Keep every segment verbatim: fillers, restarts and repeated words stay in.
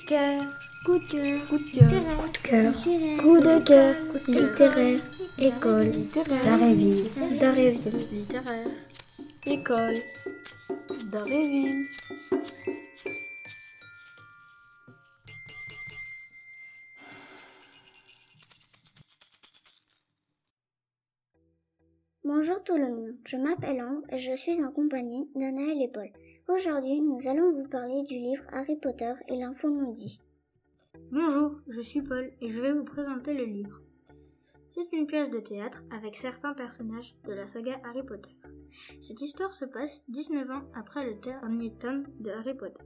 cœur, coup de cœur, coup de cœur, littéraire, coup de cœur, coup de cœur, littéraire, école, littéraire, d'Aréville, d'Aréville. littéraire, école, d'Aréville. Bonjour tout le monde, je m'appelle Ambre et je suis en compagnie d'Anaël et Paul. Aujourd'hui, nous allons vous parler du livre Harry Potter et l'Enfant maudit. Bonjour, je suis Paul et je vais vous présenter le livre. C'est une pièce de théâtre avec certains personnages de la saga Harry Potter. Cette histoire se passe dix-neuf ans après le dernier tome de Harry Potter.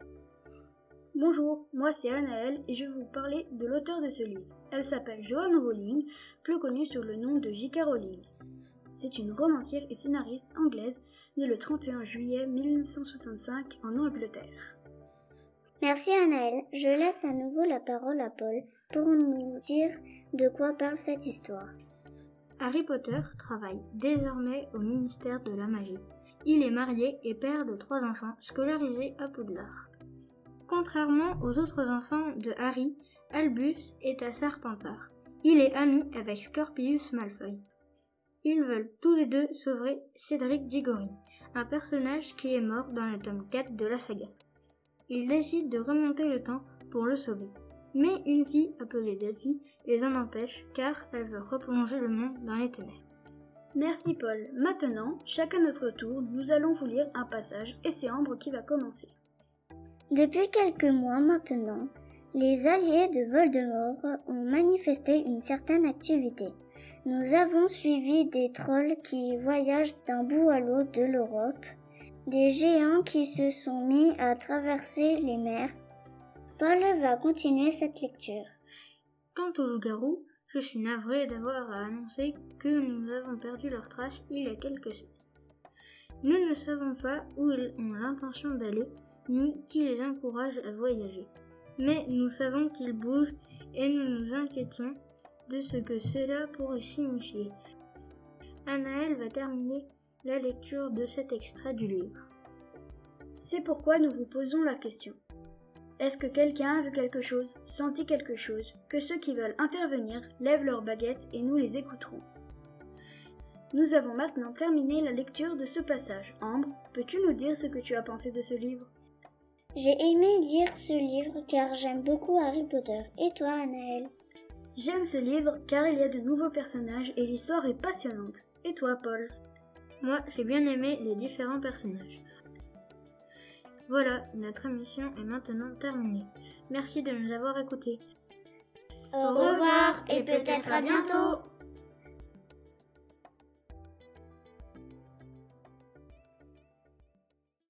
Bonjour, moi c'est Anaël et je vais vous parler de l'auteur de ce livre. Elle s'appelle Joanne Rowling, plus connue sous le nom de J K Rowling. C'est une romancière et scénariste anglaise née le trente et un juillet mille neuf cent soixante-cinq en Angleterre. Merci Anaël, je laisse à nouveau la parole à Paul pour nous dire de quoi parle cette histoire. Harry Potter travaille désormais au ministère de la magie. Il est marié et père de trois enfants scolarisés à Poudlard. Contrairement aux autres enfants de Harry, Albus est à Serpentard. Il est ami avec Scorpius Malfoy. Ils veulent tous les deux sauver Cédric Diggory, un personnage qui est mort dans le tome quatre de la saga. Ils décident de remonter le temps pour le sauver. Mais une fille appelée Delphi les en empêche car elle veut replonger le monde dans les ténèbres. Merci Paul. Maintenant, chacun notre tour, nous allons vous lire un passage et c'est Ambre qui va commencer. Depuis quelques mois maintenant, les alliés de Voldemort ont manifesté une certaine activité. Nous avons suivi des trolls qui voyagent d'un bout à l'autre de l'Europe, des géants qui se sont mis à traverser les mers. Paul va continuer cette lecture. Quant aux loups-garous, je suis navrée d'avoir à annoncer que nous avons perdu leurs traces il y a quelques semaines. Nous ne savons pas où ils ont l'intention d'aller, ni qui les encourage à voyager. Mais nous savons qu'ils bougent et nous nous inquiétons de ce que cela pourrait signifier. Anaël va terminer la lecture de cet extrait du livre. C'est pourquoi nous vous posons la question. Est-ce que quelqu'un a vu quelque chose, senti quelque chose, que ceux qui veulent intervenir lèvent leurs baguettes et nous les écouterons. Nous avons maintenant terminé la lecture de ce passage. Ambre, peux-tu nous dire ce que tu as pensé de ce livre ? J'ai aimé lire ce livre car j'aime beaucoup Harry Potter. Et toi, Anaël ? J'aime ce livre car il y a de nouveaux personnages et l'histoire est passionnante. Et toi, Paul ? Moi, j'ai bien aimé les différents personnages. Voilà, notre émission est maintenant terminée. Merci de nous avoir écoutés. Au revoir et peut-être à bientôt.